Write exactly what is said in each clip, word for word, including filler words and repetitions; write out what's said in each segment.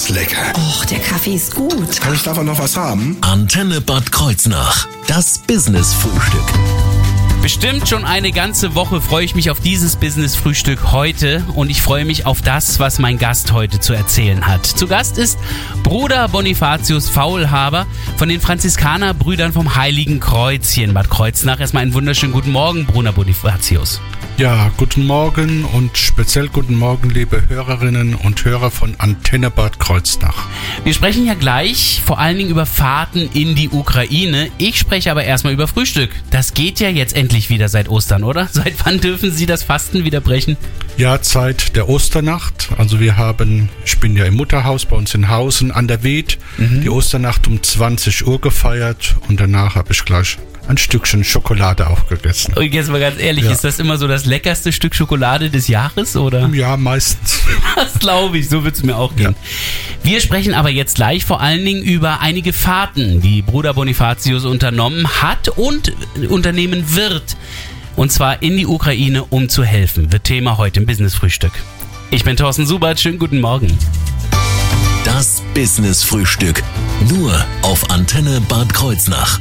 ist lecker. Och, der Kaffee ist gut. Kann ich davon noch was haben? Antenne Bad Kreuznach. Das Business-Frühstück. Bestimmt schon eine ganze Woche freue ich mich auf dieses Business-Frühstück heute und ich freue mich auf das, was mein Gast heute zu erzählen hat. Zu Gast ist Bruder Bonifatius Faulhaber von den Franziskanerbrüdern vom Heiligen Kreuz hier in Bad Kreuznach. Erstmal einen wunderschönen guten Morgen, Bruder Bonifatius. Ja, guten Morgen und speziell guten Morgen, liebe Hörerinnen und Hörer von Antenne Bad Kreuznach. Wir sprechen ja gleich vor allen Dingen über Fahrten in die Ukraine. Ich spreche aber erstmal über Frühstück. Das geht ja jetzt endlich wieder seit Ostern, oder? Seit wann dürfen Sie das Fasten wieder brechen? Ja, Zeit der Osternacht. Also wir haben, ich bin ja im Mutterhaus bei uns in Hausen an der Wied, mhm. die Osternacht um zwanzig Uhr gefeiert und danach habe ich gleich ein Stückchen Schokolade auch gegessen. Und jetzt mal ganz ehrlich, ja. Ist das immer so das leckerste Stück Schokolade des Jahres, oder? Ja, meistens. Das glaube ich, so wird es mir auch gehen. Ja. Wir sprechen aber jetzt gleich vor allen Dingen über einige Fahrten, die Bruder Bonifatius unternommen hat und unternehmen wird. Und zwar in die Ukraine, um zu helfen. Wird Thema heute im Business-Frühstück. Ich bin Thorsten Subert, schönen guten Morgen. Das Business-Frühstück. Nur auf Antenne Bad Kreuznach.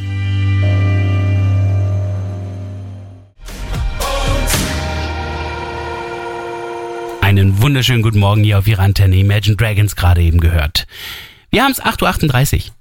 Einen wunderschönen guten Morgen hier auf Ihrer Antenne. Imagine Dragons gerade eben gehört. Wir haben es acht Uhr achtunddreißig.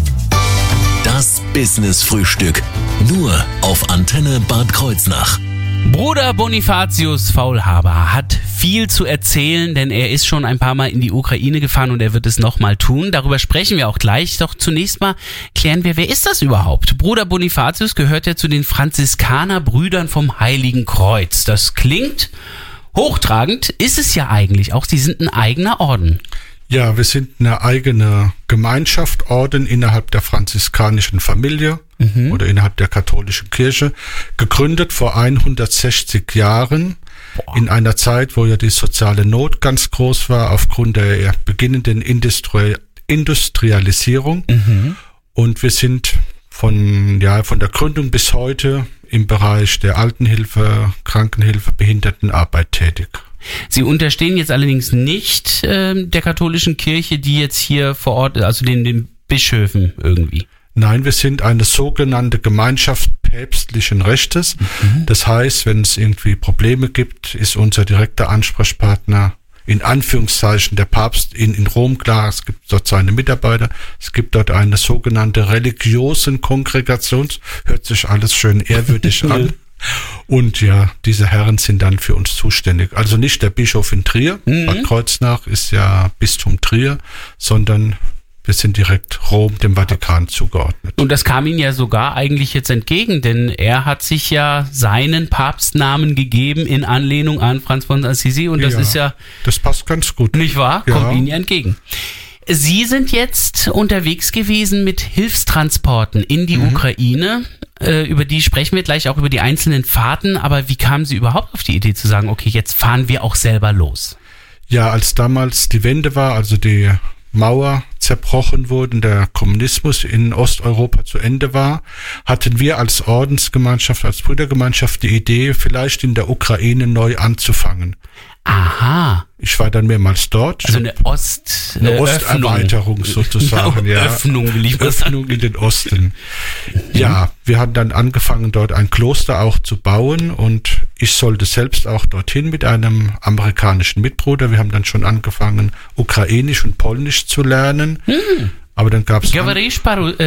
Das Business-Frühstück. Nur auf Antenne Bad Kreuznach. Bruder Bonifatius Faulhaber hat viel zu erzählen, denn er ist schon ein paar Mal in die Ukraine gefahren und er wird es nochmal tun. Darüber sprechen wir auch gleich. Doch zunächst mal klären wir, wer ist das überhaupt? Bruder Bonifatius gehört ja zu den Franziskanerbrüdern vom Heiligen Kreuz. Das klingt hochtragend, ist es ja eigentlich auch. Sie sind ein eigener Orden. Ja, wir sind eine eigene Gemeinschaft, Orden innerhalb der franziskanischen Familie mhm. oder innerhalb der katholischen Kirche, gegründet vor hundertsechzig Jahren. Boah. In einer Zeit, wo ja die soziale Not ganz groß war, aufgrund der beginnenden Industri- Industrialisierung. Mhm. Und wir sind von, ja, von der Gründung bis heute im Bereich der Altenhilfe, Krankenhilfe, Behindertenarbeit tätig. Sie unterstehen jetzt allerdings nicht äh, der katholischen Kirche, die jetzt hier vor Ort, also den, den Bischöfen irgendwie. Nein, wir sind eine sogenannte Gemeinschaft päpstlichen Rechtes. Mhm. Das heißt, wenn es irgendwie Probleme gibt, ist unser direkter Ansprechpartner in Anführungszeichen der Papst in, in Rom. Klar, es gibt dort seine Mitarbeiter. Es gibt dort eine sogenannte religiösen Kongregation. Hört sich alles schön ehrwürdig an. Und ja, diese Herren sind dann für uns zuständig. Also nicht der Bischof in Trier, mhm. Bad Kreuznach ist ja Bistum Trier, sondern wir sind direkt Rom, dem Vatikan, zugeordnet. Und das kam Ihnen ja sogar eigentlich jetzt entgegen, denn er hat sich ja seinen Papstnamen gegeben in Anlehnung an Franz von Assisi und das ja, ist ja... Das passt ganz gut. Nicht wahr? Ja. Kommt Ihnen ja entgegen. Sie sind jetzt unterwegs gewesen mit Hilfstransporten in die mhm. Ukraine. Äh, über die sprechen wir gleich, auch über die einzelnen Fahrten. Aber wie kamen Sie überhaupt auf die Idee zu sagen, okay, jetzt fahren wir auch selber los? Ja, als damals die Wende war, also die Mauer zerbrochen wurde, der Kommunismus in Osteuropa zu Ende war, hatten wir als Ordensgemeinschaft, als Brüdergemeinschaft die Idee, vielleicht in der Ukraine neu anzufangen. Aha. Ich war dann mehrmals dort. Also eine Ost, eine äh, Osterweiterung sozusagen. Ja, ja. Öffnung will ich mal Öffnung sagen. in den Osten. Ja, wir haben dann angefangen, dort ein Kloster auch zu bauen und ich sollte selbst auch dorthin mit einem amerikanischen Mitbruder. Wir haben dann schon angefangen, Ukrainisch und Polnisch zu lernen. Hm. Aber dann gab's Говоришь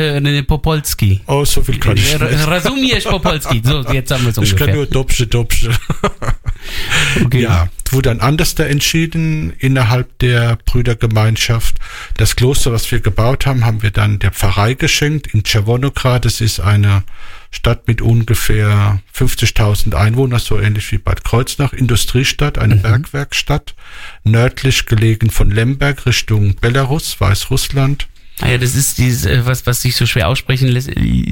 по-polski. Oh, so viel kann ich nicht. Rozumiesz po-polski. So, jetzt haben wir es ungefähr. Ich kann nur Dobsche, Dobsche. Okay. Ja, wurde dann anders da entschieden innerhalb der Brüdergemeinschaft. Das Kloster, was wir gebaut haben, haben wir dann der Pfarrei geschenkt in Czerwonograd. Das ist eine Stadt mit ungefähr fünfzigtausend Einwohnern, so ähnlich wie Bad Kreuznach. Industriestadt, eine mhm. Bergwerkstatt, nördlich gelegen von Lemberg Richtung Belarus, Weißrussland. Ah ja, das ist dieses, was, was sich so schwer aussprechen lässt.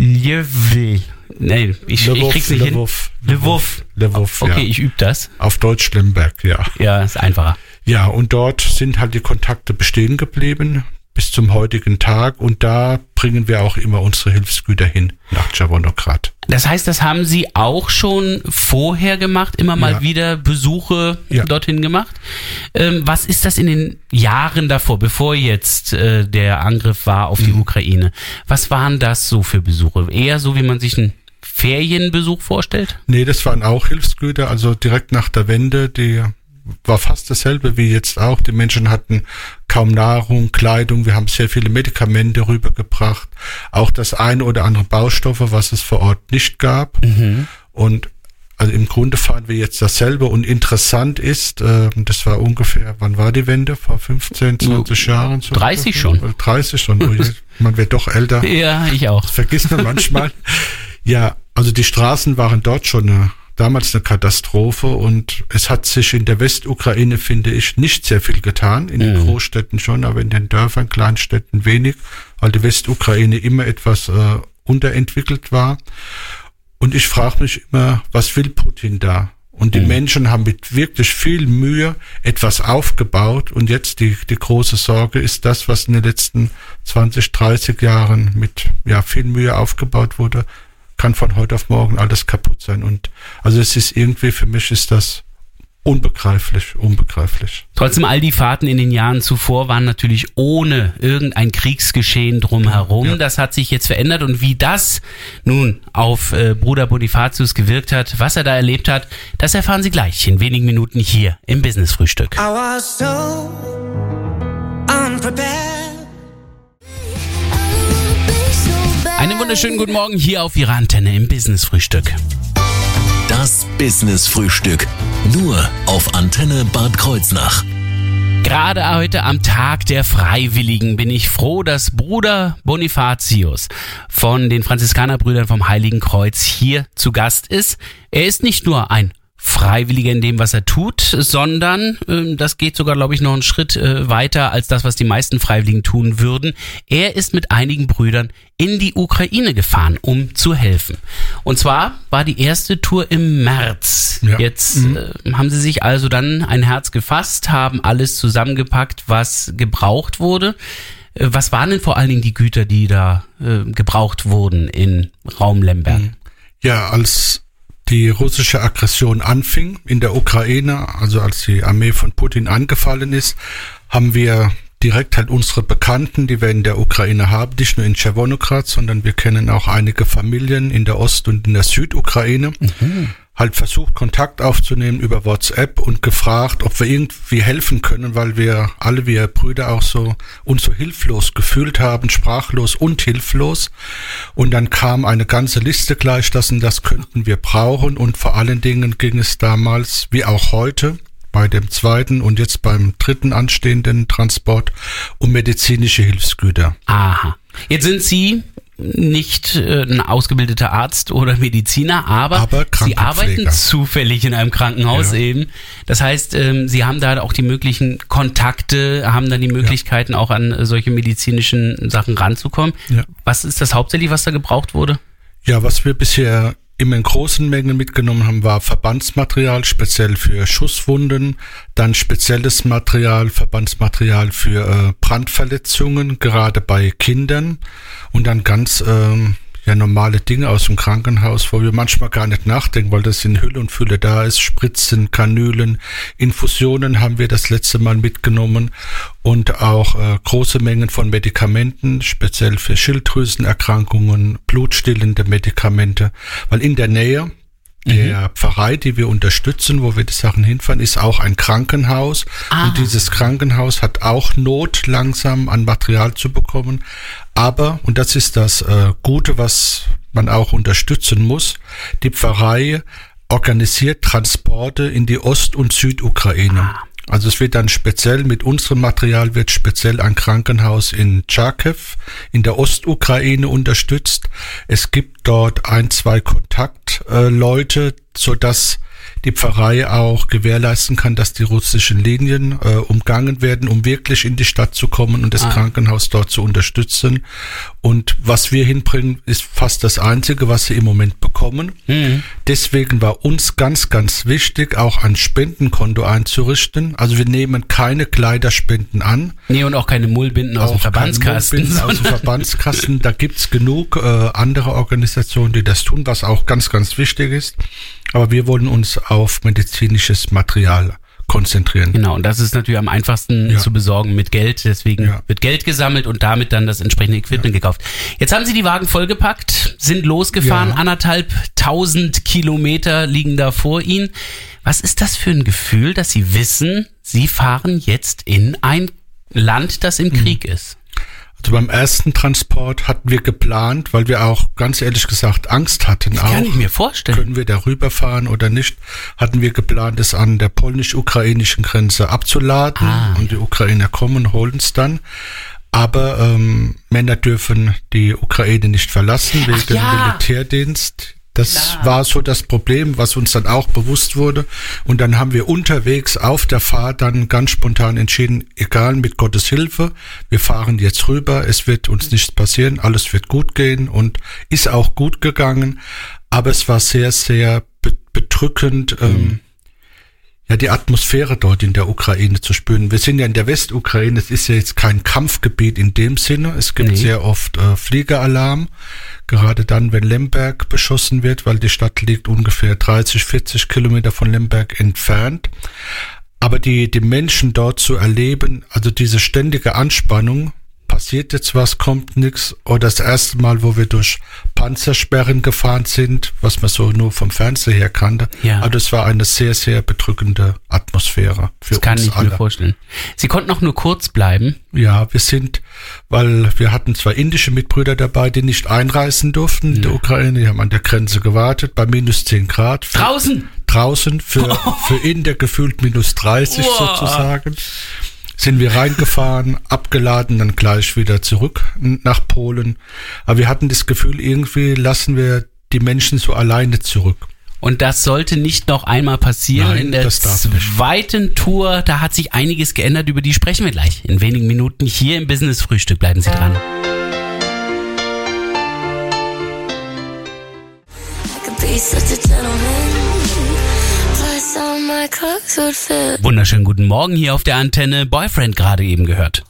Ljew. Nein, ich, Lwów, ich krieg's nicht Lwów, hin. Lwów. Lwów, okay, ja. Ich übe das. Auf Deutsch Lemberg, ja. Ja, ist einfacher. Ja, und dort sind halt die Kontakte bestehen geblieben. bis zum heutigen Tag. Und da bringen wir auch immer unsere Hilfsgüter hin nach Czerwonograd. Das heißt, das haben Sie auch schon vorher gemacht, immer mal Ja. wieder Besuche Ja. dorthin gemacht. Ähm, was ist das in den Jahren davor, bevor jetzt äh, der Angriff war auf die Mhm. Ukraine? Was waren das so für Besuche? Eher so, wie man sich einen Ferienbesuch vorstellt? Nee, das waren auch Hilfsgüter, also direkt nach der Wende, die war fast dasselbe wie jetzt auch. Die Menschen hatten kaum Nahrung, Kleidung, wir haben sehr viele Medikamente rübergebracht, auch das eine oder andere Baustoffe, was es vor Ort nicht gab. Mhm. Und also im Grunde fahren wir jetzt dasselbe und interessant ist, äh, das war ungefähr, wann war die Wende? Vor fünfzehn, zwanzig Jahren? So dreißig ungefähr? schon. dreißig schon, oh je, man wird doch älter. Ja, ich auch. Das vergisst man manchmal. Ja, also die Straßen waren dort schon eine, damals eine Katastrophe und es hat sich in der Westukraine, finde ich, nicht sehr viel getan. In den Mhm. Großstädten schon, aber in den Dörfern, Kleinstädten wenig, weil die Westukraine immer etwas äh, unterentwickelt war. Und ich frage mich immer, was will Putin da? Und die Mhm. Menschen haben mit wirklich viel Mühe etwas aufgebaut. Und jetzt die, die große Sorge ist das, was in den letzten zwanzig, dreißig Jahren mit ja, viel Mühe aufgebaut wurde, kann von heute auf morgen alles kaputt sein. Und also es ist irgendwie, für mich ist das unbegreiflich, unbegreiflich. Trotzdem, all die Fahrten in den Jahren zuvor waren natürlich ohne irgendein Kriegsgeschehen drumherum. Ja. Das hat sich jetzt verändert und wie das nun auf äh, Bruder Bonifatius gewirkt hat, was er da erlebt hat, das erfahren Sie gleich in wenigen Minuten hier im Business-Frühstück. I was so unprepared. Einen wunderschönen guten Morgen hier auf Ihrer Antenne im Business-Frühstück. Das Business-Frühstück. Nur auf Antenne Bad Kreuznach. Gerade heute am Tag der Freiwilligen bin ich froh, dass Bruder Bonifatius von den Franziskanerbrüdern vom Heiligen Kreuz hier zu Gast ist. Er ist nicht nur ein Freiwilliger in dem, was er tut, sondern äh, das geht sogar, glaube ich, noch einen Schritt äh, weiter als das, was die meisten Freiwilligen tun würden. Er ist mit einigen Brüdern in die Ukraine gefahren, um zu helfen. Und zwar war die erste Tour im März. Ja. Jetzt Mhm. äh, haben sie sich also dann ein Herz gefasst, haben alles zusammengepackt, was gebraucht wurde. Äh, was waren denn vor allen Dingen die Güter, die da äh, gebraucht wurden in Raum Lemberg? Mhm. Ja, als die russische Aggression anfing in der Ukraine, also als die Armee von Putin angefallen ist, haben wir direkt halt unsere Bekannten, die wir in der Ukraine haben, nicht nur in Czerwonograd, sondern wir kennen auch einige Familien in der Ost- und in der Südukraine, mhm. halt versucht, Kontakt aufzunehmen über WhatsApp und gefragt, ob wir irgendwie helfen können, weil wir alle, wir Brüder auch so, uns so hilflos gefühlt haben, sprachlos und hilflos. Und dann kam eine ganze Liste gleich, das und das könnten wir brauchen. Und vor allen Dingen ging es damals, wie auch heute, bei dem zweiten und jetzt beim dritten anstehenden Transport um medizinische Hilfsgüter. Aha. Jetzt sind Sie nicht äh, ein ausgebildeter Arzt oder Mediziner, aber, Aber Sie arbeiten Krankenpfleger. zufällig in einem Krankenhaus Ja. eben. Das heißt, ähm, Sie haben da auch die möglichen Kontakte, haben dann die Möglichkeiten auch an äh, solche medizinischen Sachen ranzukommen. Ja. Was ist das hauptsächlich, was da gebraucht wurde? Ja, was wir bisher immer in großen Mengen mitgenommen haben, war Verbandsmaterial, speziell für Schusswunden, dann spezielles Material, Verbandsmaterial für äh, Brandverletzungen, gerade bei Kindern und dann ganz ähm, ja normale Dinge aus dem Krankenhaus, wo wir manchmal gar nicht nachdenken, weil das in Hülle und Fülle da ist. Spritzen, Kanülen, Infusionen haben wir das letzte Mal mitgenommen und auch äh, große Mengen von Medikamenten, speziell für Schilddrüsenerkrankungen, blutstillende Medikamente, weil in der Nähe der Pfarrei, die wir unterstützen, wo wir die Sachen hinfahren, ist auch ein Krankenhaus. Ah. Und dieses Krankenhaus hat auch Not, langsam an Material zu bekommen. Aber, und das ist das äh, Gute, was man auch unterstützen muss, die Pfarrei organisiert Transporte in die Ost- und Südukraine. Ah. Also es wird dann speziell mit unserem Material wird speziell ein Krankenhaus in Charkiw in der Ostukraine unterstützt. Es gibt dort ein, zwei Kontaktleute, äh, sodass die Pfarrei auch gewährleisten kann, dass die russischen Linien äh, umgangen werden, um wirklich in die Stadt zu kommen und das ah. Krankenhaus dort zu unterstützen. Und was wir hinbringen, ist fast das Einzige, was sie im Moment bekommen. Mhm. Deswegen war uns ganz, ganz wichtig, auch ein Spendenkonto einzurichten. Also wir nehmen keine Kleiderspenden an. Nee, und auch keine Mullbinden aus dem Verbandskasten. Aus dem Verbandskasten. Da gibt's genug äh, andere Organisationen, die das tun, was auch ganz, ganz wichtig ist. Aber wir wollen uns auf medizinisches Material konzentrieren. Genau, und das ist natürlich am einfachsten ja. zu besorgen mit Geld. Deswegen ja. wird Geld gesammelt und damit dann das entsprechende Equipment ja. gekauft. Jetzt haben Sie die Wagen vollgepackt, sind losgefahren, ja. anderthalb tausend Kilometer liegen da vor Ihnen. Was ist das für ein Gefühl, dass Sie wissen, Sie fahren jetzt in ein Land, das im Krieg mhm. ist? Also beim ersten Transport hatten wir geplant, weil wir auch ganz ehrlich gesagt Angst hatten. Das auch, kann ich mir vorstellen. Können wir darüber fahren oder nicht? Hatten wir geplant, es an der polnisch-ukrainischen Grenze abzuladen ah, und ja. die Ukrainer kommen und holen es dann. Aber ähm, Männer dürfen die Ukraine nicht verlassen wegen ja. Militärdienst. Das Klar. war so das Problem, was uns dann auch bewusst wurde. Und dann haben wir unterwegs auf der Fahrt dann ganz spontan entschieden, egal, mit Gottes Hilfe, wir fahren jetzt rüber, es wird uns nichts passieren, alles wird gut gehen und ist auch gut gegangen. Aber es war sehr, sehr bedrückend, mhm. ähm, ja, die Atmosphäre dort in der Ukraine zu spüren. Wir sind ja in der Westukraine, es ist ja jetzt kein Kampfgebiet in dem Sinne. Es gibt nee. sehr oft äh, Fliegeralarm, gerade dann, wenn Lemberg beschossen wird, weil die Stadt liegt ungefähr dreißig, vierzig Kilometer von Lemberg entfernt. Aber die, die Menschen dort zu erleben, also diese ständige Anspannung, passiert jetzt was, kommt nichts. Oder das erste Mal, wo wir durch Panzersperren gefahren sind, was man so nur vom Fernseher her kannte. Ja. Also es war eine sehr, sehr bedrückende Atmosphäre für uns alle. Das kann ich mir vorstellen. Sie konnten auch nur kurz bleiben. Ja, wir sind, weil wir hatten zwar indische Mitbrüder dabei, die nicht einreisen durften in ja. der Ukraine. Die haben an der Grenze gewartet, bei minus zehn Grad. Für, draußen? Draußen, für, oh. für Inder gefühlt minus dreißig wow. sozusagen. Sind wir reingefahren, abgeladen, dann gleich wieder zurück nach Polen. Aber wir hatten das Gefühl, irgendwie lassen wir die Menschen so alleine zurück. Und das sollte nicht noch einmal passieren. Nein, in der zweiten Tour. Da hat sich einiges geändert, über die sprechen wir gleich in wenigen Minuten hier im Business Frühstück. Bleiben Sie dran. Wunderschönen guten Morgen hier auf der Antenne. Boyfriend gerade eben gehört.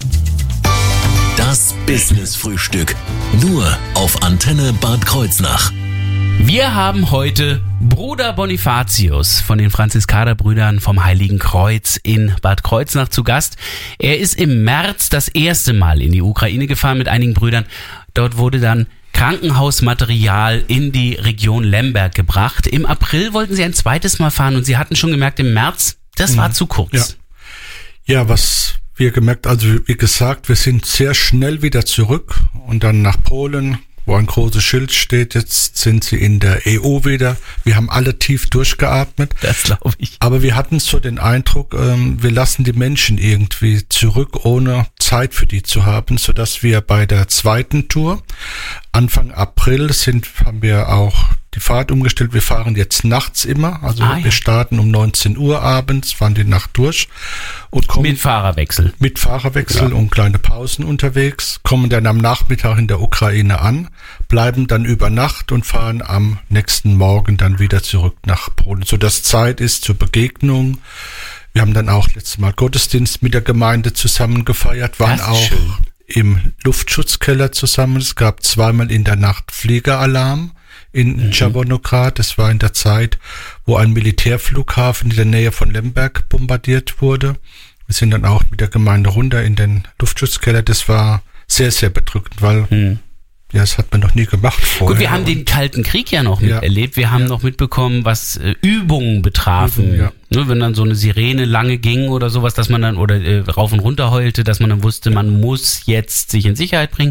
Das Business Frühstück. Nur auf Antenne Bad Kreuznach. Wir haben heute Bruder Bonifatius von den Franziskanerbrüdern vom Heiligen Kreuz in Bad Kreuznach zu Gast. Er ist im März das erste Mal in die Ukraine gefahren mit einigen Brüdern. Dort wurde dann Krankenhausmaterial in die Region Lemberg gebracht. Im April wollten sie ein zweites Mal fahren und sie hatten schon gemerkt, im März, das war mhm. zu kurz. Ja. ja, was wir gemerkt, also wie gesagt, wir sind sehr schnell wieder zurück und dann nach Polen, wo ein großes Schild steht, jetzt sind sie in der E U wieder. Wir haben alle tief durchgeatmet. Das glaube ich. Aber wir hatten so den Eindruck, ähm, wir lassen die Menschen irgendwie zurück, ohne Zeit für die zu haben, sodass wir bei der zweiten Tour Anfang April sind, haben wir auch die Fahrt umgestellt. Wir fahren jetzt nachts immer, also ah, ja. wir starten um neunzehn Uhr abends, fahren die Nacht durch und kommen mit Fahrerwechsel. Mit Fahrerwechsel ja. und kleine Pausen unterwegs, kommen dann am Nachmittag in der Ukraine an, bleiben dann über Nacht und fahren am nächsten Morgen dann wieder zurück nach Polen, sodass Zeit ist zur Begegnung. Wir haben dann auch letztes Mal Gottesdienst mit der Gemeinde zusammen gefeiert, waren auch schön. Im Luftschutzkeller zusammen. Es gab zweimal in der Nacht Fliegeralarm in mhm. Czerwonograd. Das war in der Zeit, wo ein Militärflughafen in der Nähe von Lemberg bombardiert wurde. Wir sind dann auch mit der Gemeinde runter in den Luftschutzkeller. Das war sehr, sehr bedrückend, weil mhm. ja, das hat man noch nie gemacht vorher. Gut, wir haben den Kalten Krieg ja noch miterlebt. Wir haben ja. noch mitbekommen, was äh, Übungen betrafen. Übung, ja. Ne, wenn dann so eine Sirene lange ging oder sowas, dass man dann, oder äh, rauf und runter heulte, dass man dann wusste, man muss jetzt sich in Sicherheit bringen.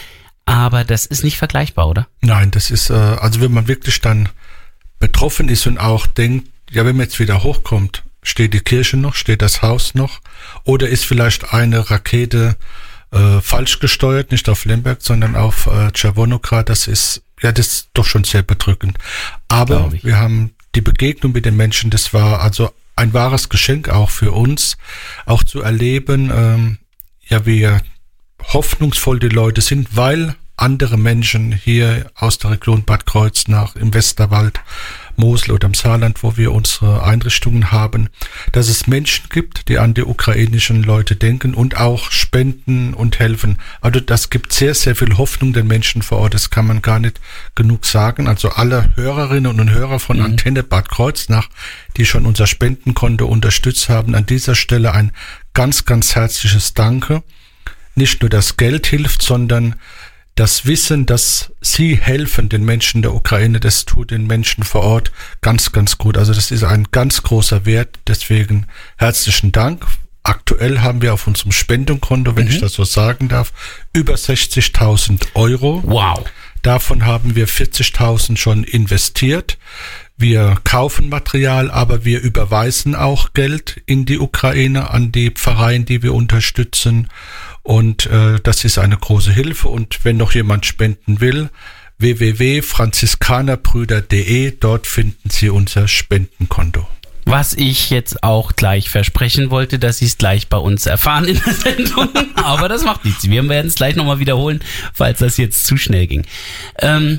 Aber das ist nicht vergleichbar, oder? Nein, das ist, äh, also wenn man wirklich dann betroffen ist und auch denkt, ja, wenn man jetzt wieder hochkommt, steht die Kirche noch, steht das Haus noch, oder ist vielleicht eine Rakete Äh, falsch gesteuert, nicht auf Lemberg, sondern auf äh, Czerwonograd. Das ist, ja, das ist doch schon sehr bedrückend. Aber wir haben die Begegnung mit den Menschen, das war also ein wahres Geschenk auch für uns, auch zu erleben, ähm, ja, wie hoffnungsvoll die Leute sind, weil andere Menschen hier aus der Region Bad Kreuznach, im Westerwald, Mosel oder im Saarland, wo wir unsere Einrichtungen haben, dass es Menschen gibt, die an die ukrainischen Leute denken und auch spenden und helfen. Also das gibt sehr, sehr viel Hoffnung den Menschen vor Ort. Das kann man gar nicht genug sagen. Also alle Hörerinnen und Hörer von mhm. Antenne Bad Kreuznach, die schon unser Spendenkonto unterstützt haben, an dieser Stelle ein ganz, ganz herzliches Danke. Nicht nur das Geld hilft, sondern das Wissen, dass sie helfen den Menschen der Ukraine, das tut den Menschen vor Ort ganz, ganz gut. Also das ist ein ganz großer Wert. Deswegen herzlichen Dank. Aktuell haben wir auf unserem Spendenkonto, wenn mhm. ich das so sagen darf, über sechzigtausend Euro. Wow. Davon haben wir vierzigtausend schon investiert. Wir kaufen Material, aber wir überweisen auch Geld in die Ukraine an die Pfarreien, die wir unterstützen. Und äh, das ist eine große Hilfe. Und wenn noch jemand spenden will, w w w punkt franziskanerbrüder punkt de, dort finden Sie unser Spendenkonto. Was ich jetzt auch gleich versprechen wollte, dass Sie es gleich bei uns erfahren in der Sendung. Aber das macht nichts. Wir werden es gleich nochmal wiederholen, falls das jetzt zu schnell ging. Ähm,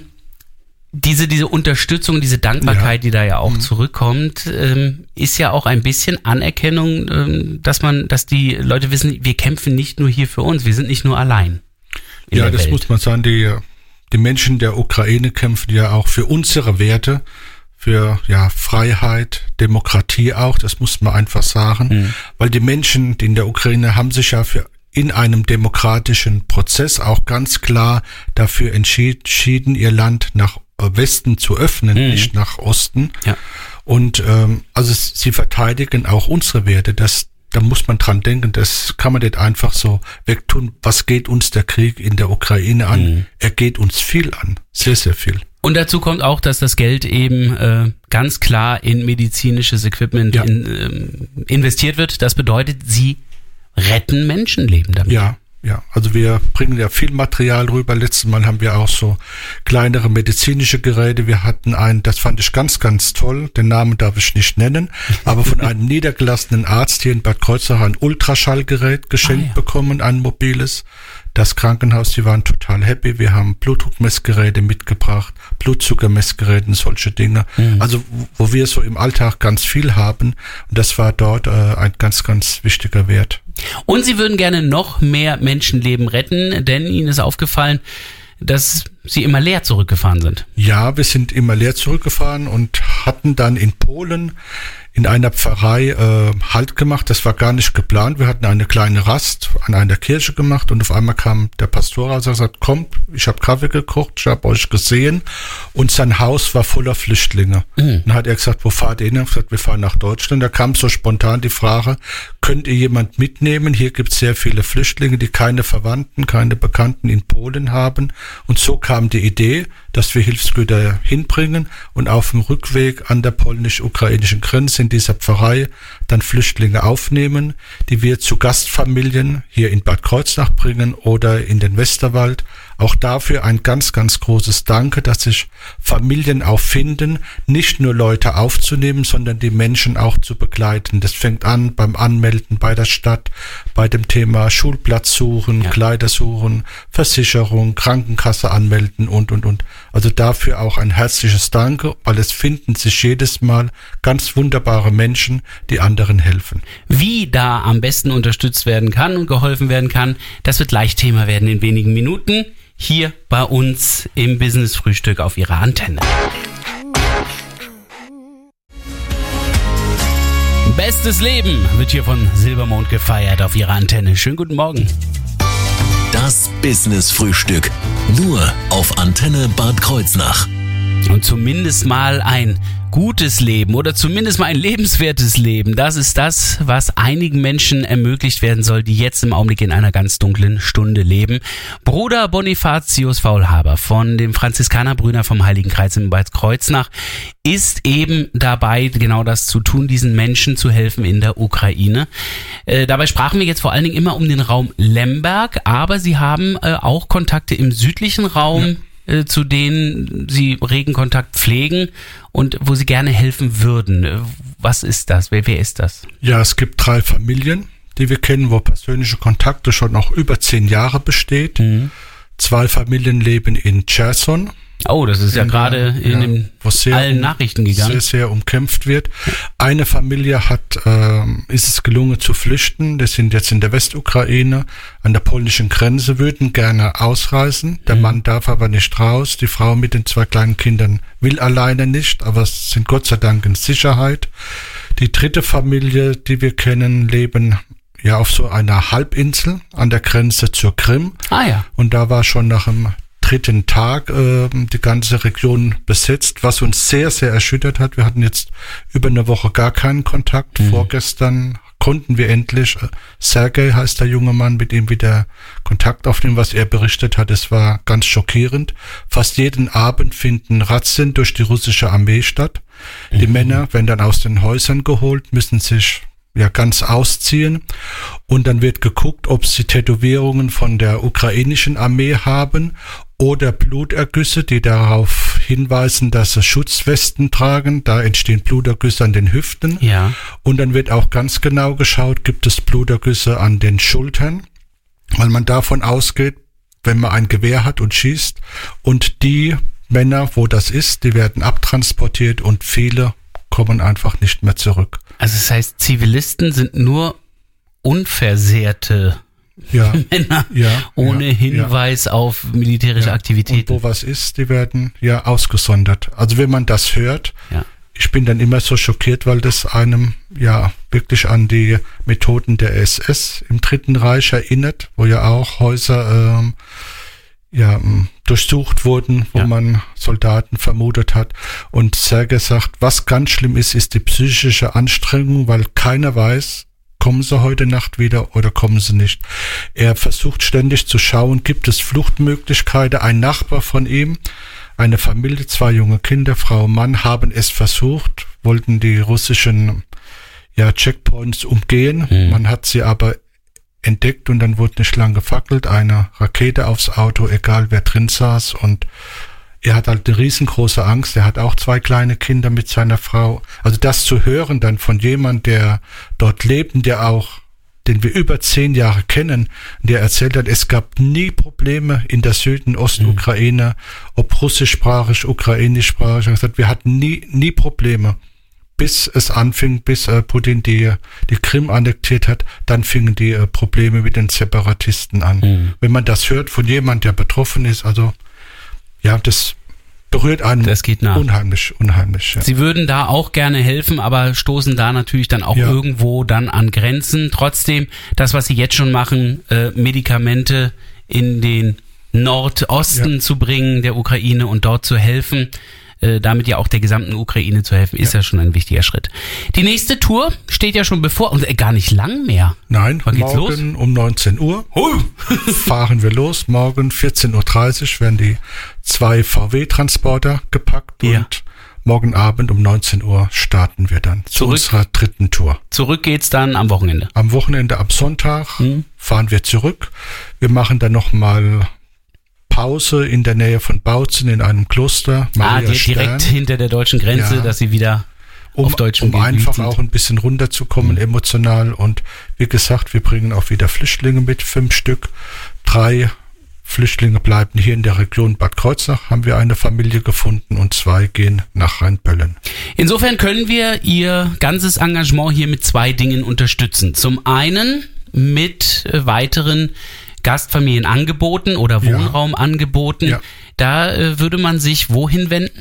diese, diese Unterstützung, diese Dankbarkeit, ja. die da ja auch mhm. zurückkommt, ähm, ist ja auch ein bisschen Anerkennung, ähm, dass man, dass die Leute wissen, wir kämpfen nicht nur hier für uns, wir sind nicht nur allein. In ja, der das Welt. muss man sagen, die, die Menschen der Ukraine kämpfen ja auch für unsere Werte, für ja Freiheit, Demokratie auch, das muss man einfach sagen, mhm. weil die Menschen in der Ukraine haben sich ja für in einem demokratischen Prozess auch ganz klar dafür entschieden, ihr Land nach Westen zu öffnen, mhm. nicht nach Osten. Ja. Und ähm, also sie verteidigen auch unsere Werte. Das, da muss man dran denken, das kann man nicht einfach so wegtun. Was geht uns der Krieg in der Ukraine an? Mhm. Er geht uns viel an, sehr, sehr viel. Und dazu kommt auch, dass das Geld eben äh, ganz klar in medizinisches Equipment ja. in, ähm, investiert wird. Das bedeutet, sie retten Menschenleben damit. Ja. Ja, also wir bringen ja viel Material rüber. Letztes Mal haben wir auch so kleinere medizinische Geräte. Wir hatten einen, das fand ich ganz, ganz toll. Den Namen darf ich nicht nennen, aber von einem niedergelassenen Arzt hier in Bad Kreuznach ein Ultraschallgerät geschenkt ah, ja. bekommen, ein mobiles. Das Krankenhaus, die waren total happy. Wir haben Blutdruckmessgeräte mitgebracht, Blutzuckermessgeräte, solche Dinge. Mhm. Also wo wir so im Alltag ganz viel haben. Und das war dort äh, ein ganz, ganz wichtiger Wert. Und Sie würden gerne noch mehr Menschenleben retten, denn Ihnen ist aufgefallen, dass Sie immer leer zurückgefahren sind. Ja, wir sind immer leer zurückgefahren und hatten dann in Polen in einer Pfarrei äh, Halt gemacht. Das war gar nicht geplant. Wir hatten eine kleine Rast an einer Kirche gemacht und auf einmal kam der Pastor raus und sagt, kommt, ich habe Kaffee gekocht, ich habe euch gesehen, und sein Haus war voller Flüchtlinge. Mhm. Dann hat er gesagt, wo fahrt ihr hin? Er hat gesagt, wir fahren nach Deutschland. Da kam so spontan die Frage, könnt ihr jemand mitnehmen? Hier gibt es sehr viele Flüchtlinge, die keine Verwandten, keine Bekannten in Polen haben. Und so kam die Idee, dass wir Hilfsgüter hinbringen und auf dem Rückweg an der polnisch-ukrainischen Grenze in dieser Pfarrei dann Flüchtlinge aufnehmen, die wir zu Gastfamilien hier in Bad Kreuznach bringen oder in den Westerwald. Auch dafür ein ganz, ganz großes Danke, dass sich Familien auch finden, nicht nur Leute aufzunehmen, sondern die Menschen auch zu begleiten. Das fängt an beim Anmelden bei der Stadt, bei dem Thema Schulplatz suchen, ja. Kleider suchen, Versicherung, Krankenkasse anmelden und, und, und. Also dafür auch ein herzliches Danke, weil es finden sich jedes Mal ganz wunderbare Menschen, die anderen helfen. Wie da am besten unterstützt werden kann und geholfen werden kann, das wird gleich Thema werden in wenigen Minuten. Hier bei uns im Business-Frühstück auf Ihrer Antenne. Bestes Leben wird hier von Silbermond gefeiert auf Ihrer Antenne. Schönen guten Morgen. Das Business-Frühstück. Nur auf Antenne Bad Kreuznach. Und zumindest mal ein gutes Leben oder zumindest mal ein lebenswertes Leben. Das ist das, was einigen Menschen ermöglicht werden soll, die jetzt im Augenblick in einer ganz dunklen Stunde leben. Bruder Bonifatius Faulhaber von dem Franziskanerbrüder vom Heiligen Kreuz in Bad Kreuznach ist eben dabei, genau das zu tun, diesen Menschen zu helfen in der Ukraine. Äh, dabei sprachen wir jetzt vor allen Dingen immer um den Raum Lemberg, aber Sie haben äh, auch Kontakte im südlichen Raum. Ja. äh, zu denen Sie regen Kontakt pflegen und wo Sie gerne helfen würden. Was ist das? Wer, wer ist das? Ja, es gibt drei Familien, die wir kennen, wo persönliche Kontakte schon noch über zehn Jahre besteht. Mhm. Zwei Familien leben in Cherson. Oh, das ist ja gerade in ja, den allen Nachrichten gegangen. Sehr, sehr umkämpft wird. Eine Familie hat, ähm, ist es gelungen zu flüchten. Die sind jetzt in der Westukraine an der polnischen Grenze, würden gerne ausreisen. Der mhm. Mann darf aber nicht raus. Die Frau mit den zwei kleinen Kindern will alleine nicht, aber sind Gott sei Dank in Sicherheit. Die dritte Familie, die wir kennen, leben ja auf so einer Halbinsel an der Grenze zur Krim. Ah ja. Und da war schon nach dem dritten Tag äh, die ganze Region besetzt, was uns sehr, sehr erschüttert hat. Wir hatten jetzt über eine Woche gar keinen Kontakt. Mhm. Vorgestern konnten wir endlich, äh, Sergei heißt der junge Mann, mit ihm wieder Kontakt aufnehmen, was er berichtet hat. Es war ganz schockierend. Fast jeden Abend finden Razzien durch die russische Armee statt. Mhm. Die Männer werden dann aus den Häusern geholt, müssen sich ja ganz ausziehen und dann wird geguckt, ob sie Tätowierungen von der ukrainischen Armee haben oder Blutergüsse, die darauf hinweisen, dass sie Schutzwesten tragen. Da entstehen Blutergüsse an den Hüften. Ja. Und dann wird auch ganz genau geschaut, gibt es Blutergüsse an den Schultern, weil man davon ausgeht, wenn man ein Gewehr hat und schießt und die Männer, wo das ist, die werden abtransportiert und viele kommen einfach nicht mehr zurück. Also das heißt, Zivilisten sind nur unversehrte ja, Männer ja, ohne ja, Hinweis ja. auf militärische ja. Aktivitäten. Und wo was ist, die werden ja ausgesondert. Also wenn man das hört, ja. ich bin dann immer so schockiert, weil das einem ja wirklich an die Methoden der S S im Dritten Reich erinnert, wo ja auch Häuser ähm, ja, durchsucht wurden, wo ja. man Soldaten vermutet hat. Und Sergei sagt, was ganz schlimm ist, ist die psychische Anstrengung, weil keiner weiß, kommen sie heute Nacht wieder oder kommen sie nicht. Er versucht ständig zu schauen, gibt es Fluchtmöglichkeiten. Ein Nachbar von ihm, eine Familie, zwei junge Kinder, Frau und Mann, haben es versucht, wollten die russischen ja, Checkpoints umgehen. Mhm. Man hat sie aber entdeckt und dann wurde nicht lang gefackelt, eine Rakete aufs Auto, egal wer drin saß, und er hat halt eine riesengroße Angst, er hat auch zwei kleine Kinder mit seiner Frau. Also das zu hören dann von jemand, der dort lebt, der auch, den wir über zehn Jahre kennen, der erzählt hat, es gab nie Probleme in der Süden Ostukraine, ob russischsprachig, ukrainischsprachig, er hat gesagt, wir hatten nie, nie Probleme. Bis es anfing, bis äh, Putin die, die Krim annektiert hat, dann fingen die äh, Probleme mit den Separatisten an. Mhm. Wenn man das hört von jemand, der betroffen ist, also ja, das berührt einen das geht nah. unheimlich, unheimlich. Ja. Sie würden da auch gerne helfen, aber stoßen da natürlich dann auch ja. irgendwo dann an Grenzen. Trotzdem, das, was Sie jetzt schon machen, äh, Medikamente in den Nordosten ja. zu bringen der Ukraine und dort zu helfen, Äh, damit ja auch der gesamten Ukraine zu helfen, ist ja. ja schon ein wichtiger Schritt. Die nächste Tour steht ja schon bevor und äh, gar nicht lang mehr. Nein, wann geht's morgen los? Um neunzehn Uhr oh. fahren wir los. Morgen vierzehn Uhr dreißig werden die zwei V W-Transporter gepackt ja. und morgen Abend um neunzehn Uhr starten wir dann Zurück. zu unserer dritten Tour. Zurück geht's dann am Wochenende? Am Wochenende, am Sonntag hm. fahren wir zurück. Wir machen dann nochmal Pause in der Nähe von Bautzen in einem Kloster. Maria ah, die, direkt hinter der deutschen Grenze, ja. dass sie wieder um, auf deutschem Um einfach sind. auch ein bisschen runterzukommen, mhm. emotional. Und wie gesagt, wir bringen auch wieder Flüchtlinge mit, fünf Stück. Drei Flüchtlinge bleiben hier in der Region Bad Kreuznach, haben wir eine Familie gefunden, und zwei gehen nach Rheinböllen. Insofern können wir Ihr ganzes Engagement hier mit zwei Dingen unterstützen. Zum einen mit weiteren Gastfamilien angeboten oder Wohnraum ja. angeboten. Ja. Da äh, würde man sich wohin wenden?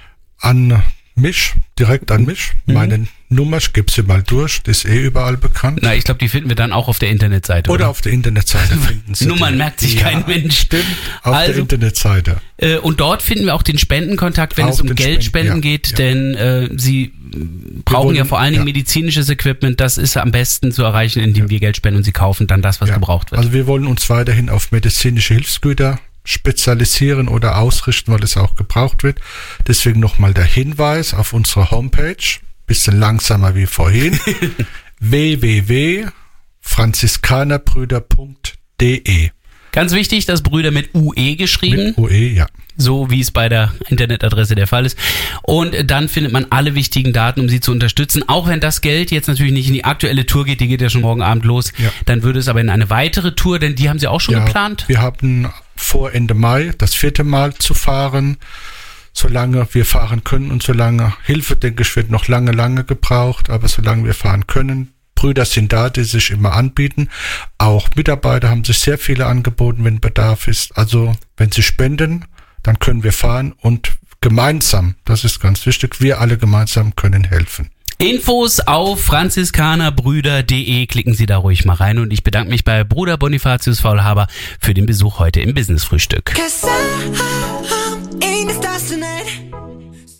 An mich, direkt an mich. Mhm. Meine Nummer, ich gebe sie mal durch, die ist eh überall bekannt. Na, ich glaube, die finden wir dann auch auf der Internetseite. Oder, oder? auf der Internetseite finden Sie Nummern die. merkt sich ja, kein Mensch. Stimmt, auf also, der Internetseite. Äh, und dort finden wir auch den Spendenkontakt, wenn auf es um Geldspenden ja, geht, ja. denn äh, Sie brauchen wollen, ja vor allen Dingen ja. medizinisches Equipment. Das ist am besten zu erreichen, indem ja. wir Geld spenden und Sie kaufen dann das, was ja. gebraucht wird. Also wir wollen uns weiterhin auf medizinische Hilfsgüter spezialisieren oder ausrichten, weil es auch gebraucht wird. Deswegen nochmal der Hinweis auf unsere Homepage, bisschen langsamer wie vorhin, w w w punkt franziskanerbrüder punkt d e. Ganz wichtig, das Brüder mit U E geschrieben. Mit U E, ja. So wie es bei der Internetadresse der Fall ist. Und dann findet man alle wichtigen Daten, um sie zu unterstützen. Auch wenn das Geld jetzt natürlich nicht in die aktuelle Tour geht, die geht ja schon morgen Abend los, ja. Dann würde es aber in eine weitere Tour, denn die haben sie auch schon ja, geplant. Wir haben vor Ende Mai das vierte Mal zu fahren, solange wir fahren können und solange Hilfe, denke ich, wird noch lange, lange gebraucht, aber solange wir fahren können. Brüder sind da, die sich immer anbieten. Auch Mitarbeiter haben sich sehr viele angeboten, wenn Bedarf ist. Also wenn sie spenden, dann können wir fahren und gemeinsam, das ist ganz wichtig, wir alle gemeinsam können helfen. Infos auf franziskanerbrüder punkt de, klicken Sie da ruhig mal rein und ich bedanke mich bei Bruder Bonifatius Faulhaber für den Besuch heute im Business-Frühstück.